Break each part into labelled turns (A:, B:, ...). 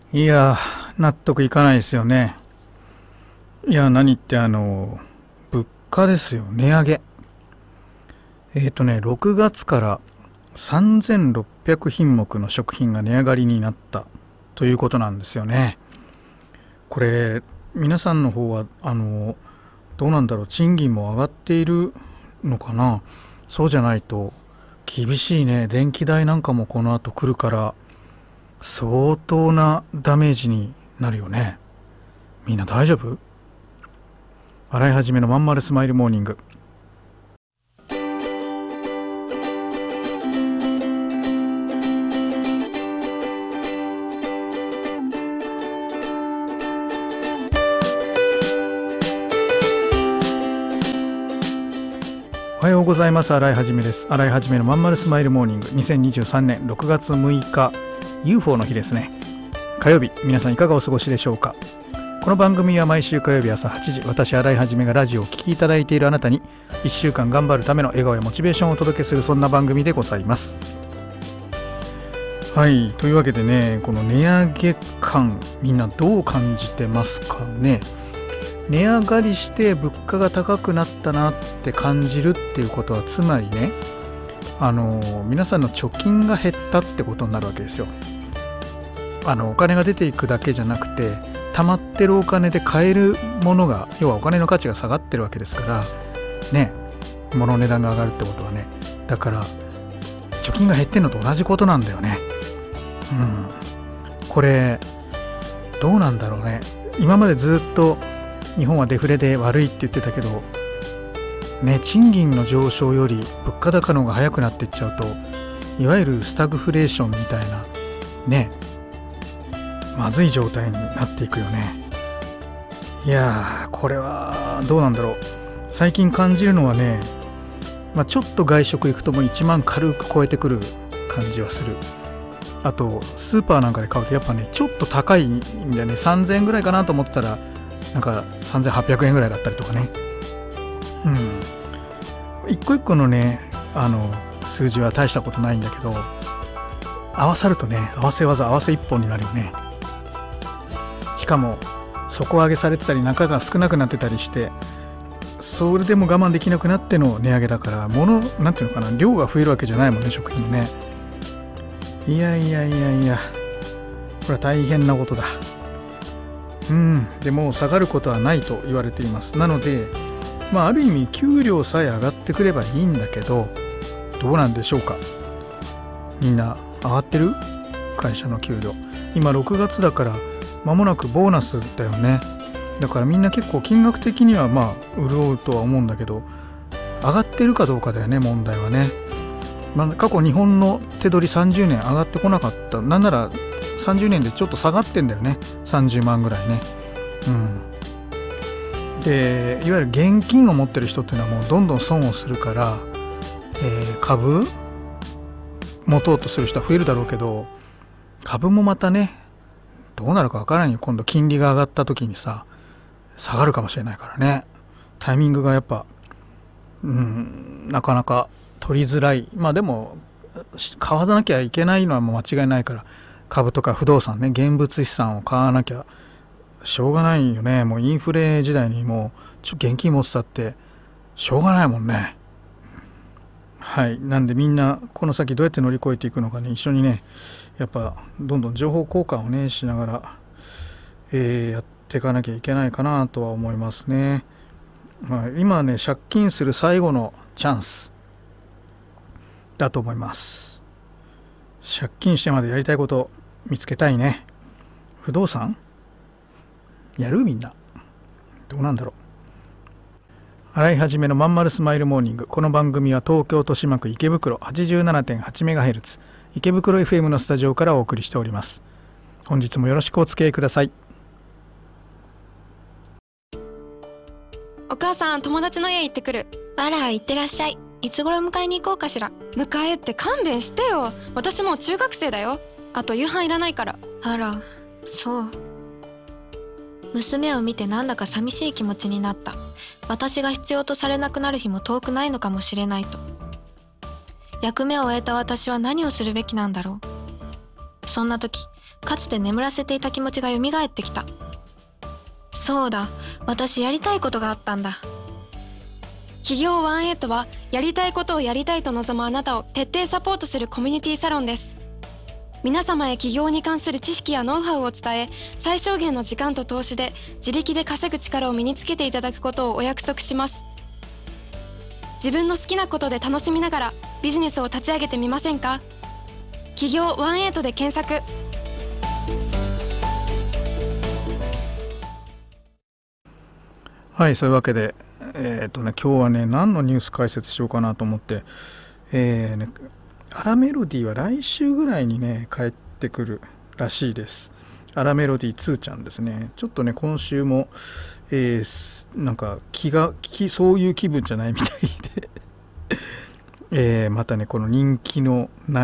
A: いや納得いかないですよね。いや何って物価ですよ。値上げ。6月から3600品目の食品が値上がりになったということなんですよね。これ皆さんの方はどうなんだろう、賃金も上がっているのかな。そうじゃないと厳しいね。電気代なんかもこの後来るから相当なダメージになるよね。みんな大丈夫？洗い始めのまんまるスマイルモーニング。おはようございます。洗い始めです。洗い始めのまんまるスマイルモーニング。2023年6月6日 UFO の日ですね。火曜日、皆さんいかがお過ごしでしょうか。この番組は毎週火曜日朝8時、私洗い始めがラジオを聴きいただいているあなたに1週間頑張るための笑顔やモチベーションをお届けする、そんな番組でございます。はい、というわけでね、この値上げ感、みんなどう感じてますかね。値上がりして物価が高くなったなって感じるっていうことは、つまりね、皆さんの貯金が減ったってことになるわけですよ。お金が出ていくだけじゃなくて、溜まってるお金で買えるものが、要はお金の価値が下がってるわけですからね。物の値段が上がるってことはね、だから貯金が減ってんのと同じことなんだよね。これどうなんだろうね。今までずっと日本はデフレで悪いって言ってたけどね、賃金の上昇より物価高の方が早くなっていっちゃうと、いわゆるスタグフレーションみたいなね、まずい状態になっていくよね。いやー、これはどうなんだろう。最近感じるのはね、ちょっと外食行くともう1万軽く超えてくる感じはする。あとスーパーなんかで買うとやっぱね、ちょっと高いんだよね。3000円ぐらいかなと思ったらなんか3800円ぐらいだったりとかね。一個一個のね、数字は大したことないんだけど、合わさるとね、合わせ技、合わせ一本になるよね。しかも底上げされてたり中が少なくなってたりして、それでも我慢できなくなっての値上げだから、なんていうのかな、量が増えるわけじゃないもんね、食品のね。いや、これは大変なことだ。でも下がることはないと言われています。なのである意味給料さえ上がってくればいいんだけど、どうなんでしょうか。みんな上がってる？会社の給料今6月だから間もなくボーナスだよね。だからみんな結構金額的には潤うとは思うんだけど、上がってるかどうかだよね、問題はね。過去日本の手取り30年上がってこなかった。なんなら30年でちょっと下がってんだよね。30万ぐらいね。で、いわゆる現金を持ってる人っていうのはもうどんどん損をするから、株持とうとする人は増えるだろうけど、株もまたね、どうなるかわからないよ。今度金利が上がった時にさ、下がるかもしれないからね。タイミングがやっぱなかなか取りづらい。でも買わなきゃいけないのはもう間違いないから、株とか不動産ね、現物資産を買わなきゃしょうがないよね。もうインフレ時代にもう現金持ってたってしょうがないもんね。はい。なんでみんなこの先どうやって乗り越えていくのかね、一緒にね、やっぱどんどん情報交換をねしながら、やっていかなきゃいけないかなとは思いますね。今ね、借金する最後のチャンスだと思います。借金してまでやりたいこと見つけたいね。不動産やる？みんなどうなんだろう。洗い始めのまんまるスマイルモーニング。この番組は東京豊島区池袋 87.8MHz 池袋 FM のスタジオからお送りしております。本日もよろしくお付き合いください。
B: お母さん、友達の家行ってくる。
C: あら、行ってらっしゃい。いつ頃迎えに行こうかしら。
B: 迎えって勘弁してよ。私もう中学生だよ。あと夕飯いらないから。
C: あら、そう。娘を見てなんだか寂しい気持ちになった。私が必要とされなくなる日も遠くないのかもしれないと。役目を終えた私は何をするべきなんだろう。そんな時、 かつて眠らせていた気持ちが蘇ってきた。そうだ、私やりたいことがあったんだ。
B: 企業18はやりたいことをやりたいと望むあなたを徹底サポートするコミュニティサロンです。皆様へ起業に関する知識やノウハウを伝え、最小限の時間と投資で自力で稼ぐ力を身につけていただくことをお約束します。自分の好きなことで楽しみながらビジネスを立ち上げてみませんか？起業18で検索。
A: はい、そういうわけで今日はね、何のニュース解説しようかなと思って、アラメロディは来週ぐらいにね帰ってくるらしいです。アラメロディ2ちゃんですね。ちょっとね今週も、なんかそういう気分じゃないみたいで、またねこの人気のない、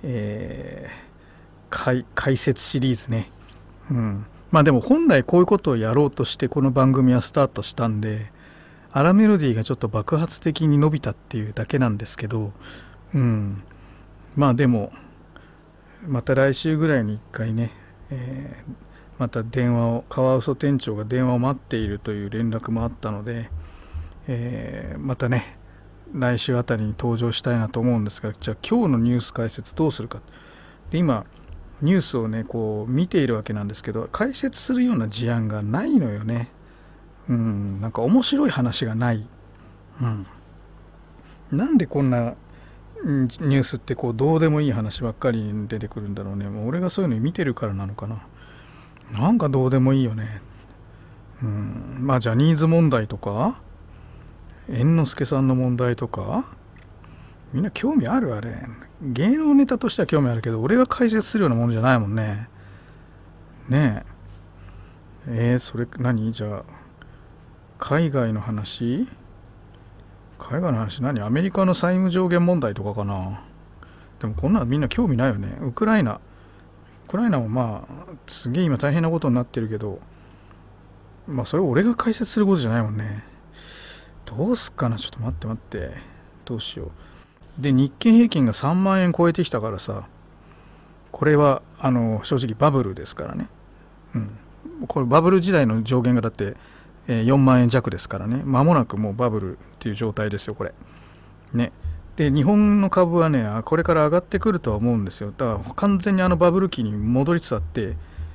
A: 解説シリーズね、まあでも本来こういうことをやろうとしてこの番組はスタートしたんで、アラメロディがちょっと爆発的に伸びたっていうだけなんですけど、まあでもまた来週ぐらいに1回ね、またカワウソ店長が電話を待っているという連絡もあったので、またね来週あたりに登場したいなと思うんですが、じゃあ今日のニュース解説どうするか。で今ニュースをねこう見ているわけなんですけど、解説するような事案がないのよね。なんか面白い話がない。なんでこんなニュースってこうどうでもいい話ばっかり出てくるんだろうね。もう俺がそういうの見てるからなのかな。なんかどうでもいいよね。まあジャニーズ問題とか猿之助さんの問題とかみんな興味ある？あれ芸能ネタとしては興味あるけど、俺が解説するようなものじゃないもんね。ねえ。それ何？じゃあ海外の話何？アメリカの債務上限問題とかかな。でもこんなのみんな興味ないよね。ウクライナもまあすげえ今大変なことになってるけど、まあそれを俺が解説することじゃないもんね。どうすっかな。ちょっと待って、どうしよう。で日経平均が3万円超えてきたからさ、これは正直バブルですからね。これバブル時代の上限がだって4万円弱ですからね。間もなくもうバブルっていう状態ですよこれね。で日本の株はねこれから上がってくるとは思うんですよ。だから完全にバブル期に戻りつつあって、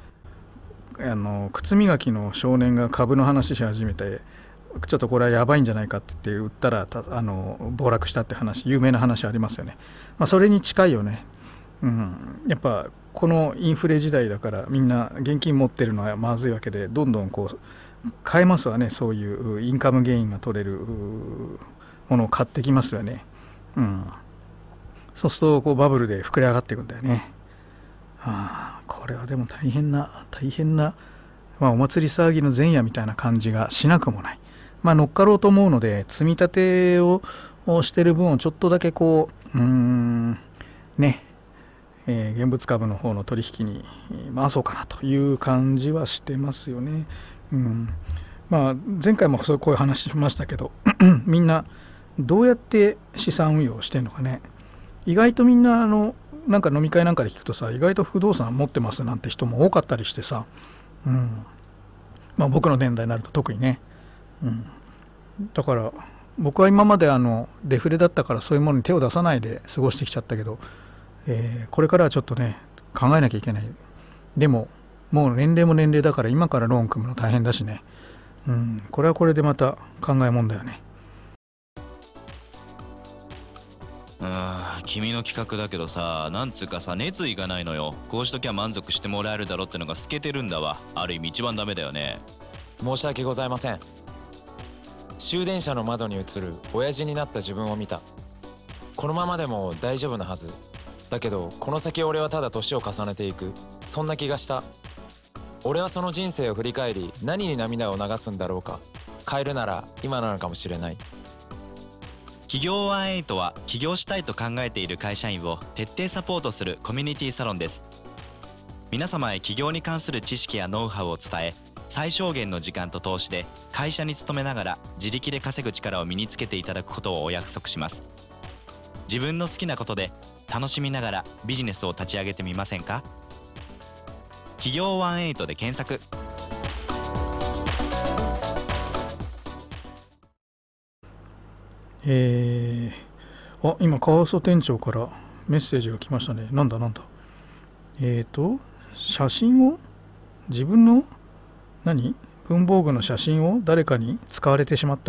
A: 靴磨きの少年が株の話し始めて、ちょっとこれはやばいんじゃないかって言って売ったら暴落したって話、有名な話ありますよね。まあそれに近いよね。やっぱこのインフレ時代だからみんな現金持ってるのはまずいわけで、どんどんこう買えますわね。そういうインカムゲインが取れるものを買ってきますよね。そうするとこうバブルで膨れ上がっていくんだよね。これはでも大変な、まあ、お祭り騒ぎの前夜みたいな感じがしなくもない。まあ乗っかろうと思うので積み立てをしてる分をちょっとだけこうね、現物株の方の取引に回そうかなという感じはしてますよね。まあ前回もこういう話しましたけどみんなどうやって資産運用してるのかね。意外とみんななんか飲み会なんかで聞くとさ、意外と不動産持ってますなんて人も多かったりしてさ、まあ僕の年代になると特にね、だから僕は今までデフレだったからそういうものに手を出さないで過ごしてきちゃったけど、これからはちょっとね考えなきゃいけない。でももう年齢も年齢だから今からローン組むの大変だしね。これはこれでまた考えもんだよね。
D: 君の企画だけどさ、なんつうかさ、熱意がないのよ。こうしときゃ満足してもらえるだろってのが透けてるんだわ。ある意味一番ダメだよね。
E: 申し訳ございません。終電車の窓に映る親父になった自分を見た。このままでも大丈夫なはずだけど、この先俺はただ年を重ねていく、そんな気がした。俺はその人生を振り返り、何に涙を流すんだろうか。変えるなら今なのかもしれない。
D: 企業18は起業したいと考えている会社員を徹底サポートするコミュニティサロンです。皆様へ起業に関する知識やノウハウを伝え、最小限の時間と投資で会社に勤めながら自力で稼ぐ力を身につけていただくことをお約束します。自分の好きなことで楽しみながらビジネスを立ち上げてみませんか？ 企業18で検索。
A: 今カワウソ店長からメッセージが来ましたね。なんだ写真を自分の文房具の写真を誰かに使われてしまった。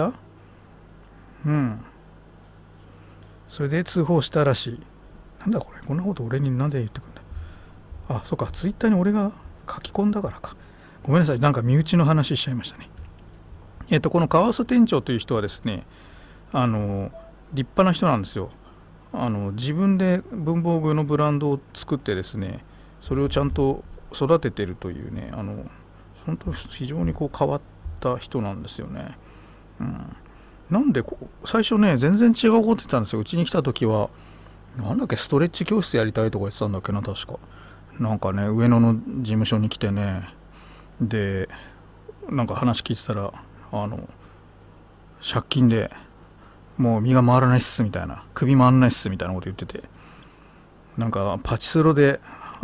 A: それで通報したらしい。なんだこれ、こんなこと俺になんで言ってくるんだ。あ、そっか、ツイッターに俺が書き込んだからか。ごめんなさい、なんか身内の話しちゃいましたね。このカワウソ店長という人はですね、立派な人なんですよ。自分で文房具のブランドを作ってですね、それをちゃんと育ててるというね、本当非常に変わった人なんですよね。なんで最初ね、全然違うこと言ってたんですよ。うちに来た時はなんだっけ、ストレッチ教室やりたいとか言ってたんだっけな、確か。なんかね、上野の事務所に来てね、でなんか話聞いてたら、借金でもう身が回らないっすみたいな、首回らないっすみたいなこと言ってて、なんかパチスロで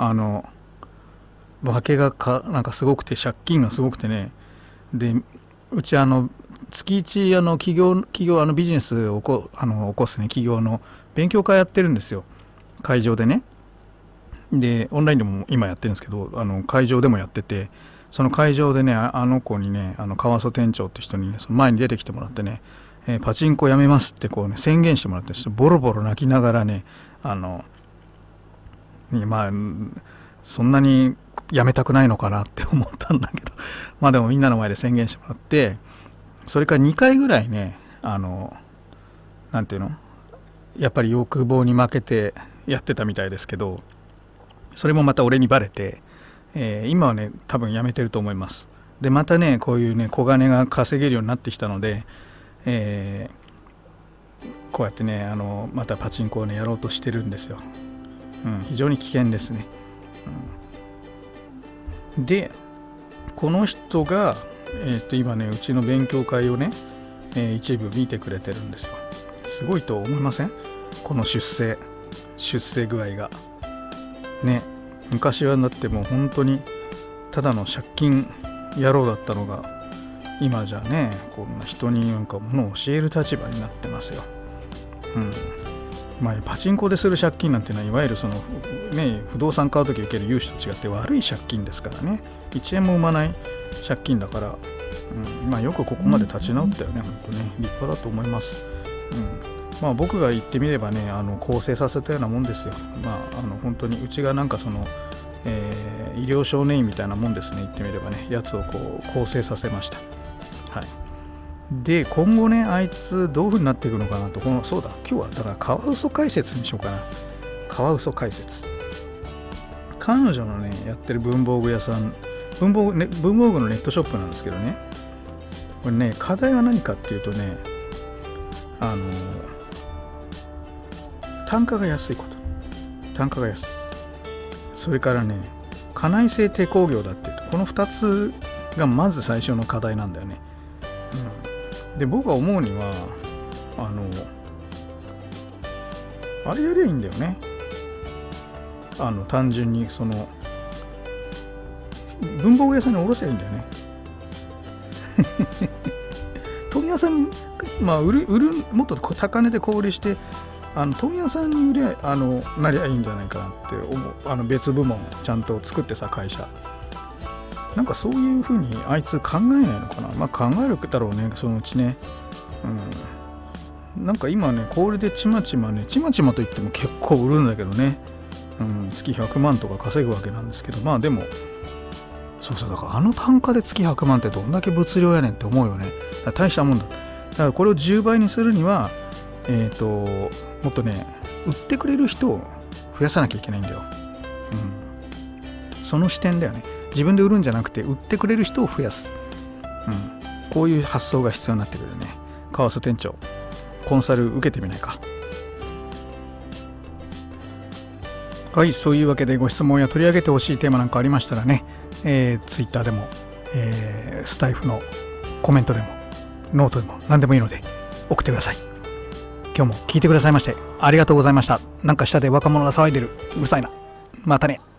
A: 負けがなんかすごくて、借金がすごくてね、でうち月一企業ビジネスを起こすね、企業の勉強会やってるんですよ、会場でね。でオンラインでも今やってるんですけど、会場でもやってて、その会場でね、子にね、カワウソ店長って人にね、その前に出てきてもらってね、パチンコやめますって宣言してもらって、ボロボロ泣きながらね、そんなにやめたくないのかなって思ったんだけど、でもみんなの前で宣言してもらって、それから2回ぐらいね、なんていうの、やっぱり欲望に負けてやってたみたいですけど、それもまた俺にバレて、今はね多分やめてると思います。でまたね、こういうね小金が稼げるようになってきたので、こうやってねまたパチンコをねやろうとしてるんですよ。非常に危険ですね。でこの人が、今ねうちの勉強会をね、一部見てくれてるんですよ。すごいと思いません？この出世具合がね。昔はだってもう本当にただの借金野郎だったのが、今じゃね、こんな人になんか物を教える立場になってますよ。パチンコでする借金なんてのは、いわゆるそのね、不動産買うとき受ける融資と違って悪い借金ですからね。1円も生まない借金だから、よくここまで立ち直ったよね。本当ね、立派だと思います。僕が言ってみればね、更生させたようなもんですよ。本当にうちがなんかその、医療少年院みたいなもんですね。言ってみればね、やつを更生させました。はい。で今後ね、あいつどういう風になっていくのかなと。そうだ、今日はだからカワウソ解説にしようかな。カワウソ解説。彼女のねやってる文房具屋さん、文房具のネットショップなんですけどね、これね、課題は何かっていうとね、単価が安いこと。単価が安い。それからね、家内製手工業だっていうと、この2つがまず最初の課題なんだよね。で僕が思うにはあれやりゃいいんだよね。単純にその文房具屋さんに卸せばいいんだよね。問屋さんに売るもっと高値で小売りして、問屋さんに売りゃなりゃいいんじゃないかなって思う。別部門ちゃんと作ってさ、会社なんかそういう風にあいつ考えないのかな。考えるだろうね、そのうちね。なんか今ね、小売りでちまちまと言っても結構売るんだけどね。月100万とか稼ぐわけなんですけど、でもそうだから単価で月100万ってどんだけ物量やねんって思うよね。だから大したもんだ。だからこれを10倍にするにはもっとね、売ってくれる人を増やさなきゃいけないんだよ。その視点だよね。自分で売るんじゃなくて、売ってくれる人を増やす。こういう発想が必要になってくるよね。カワウソ店長、コンサル受けてみないか。はい、そういうわけでご質問や取り上げてほしいテーマなんかありましたらね、ツイッターでも、スタイフのコメントでもノートでも何でもいいので送ってください。今日も聞いてくださいましてありがとうございました。なんか下で若者が騒いでる。うるさいな。またね。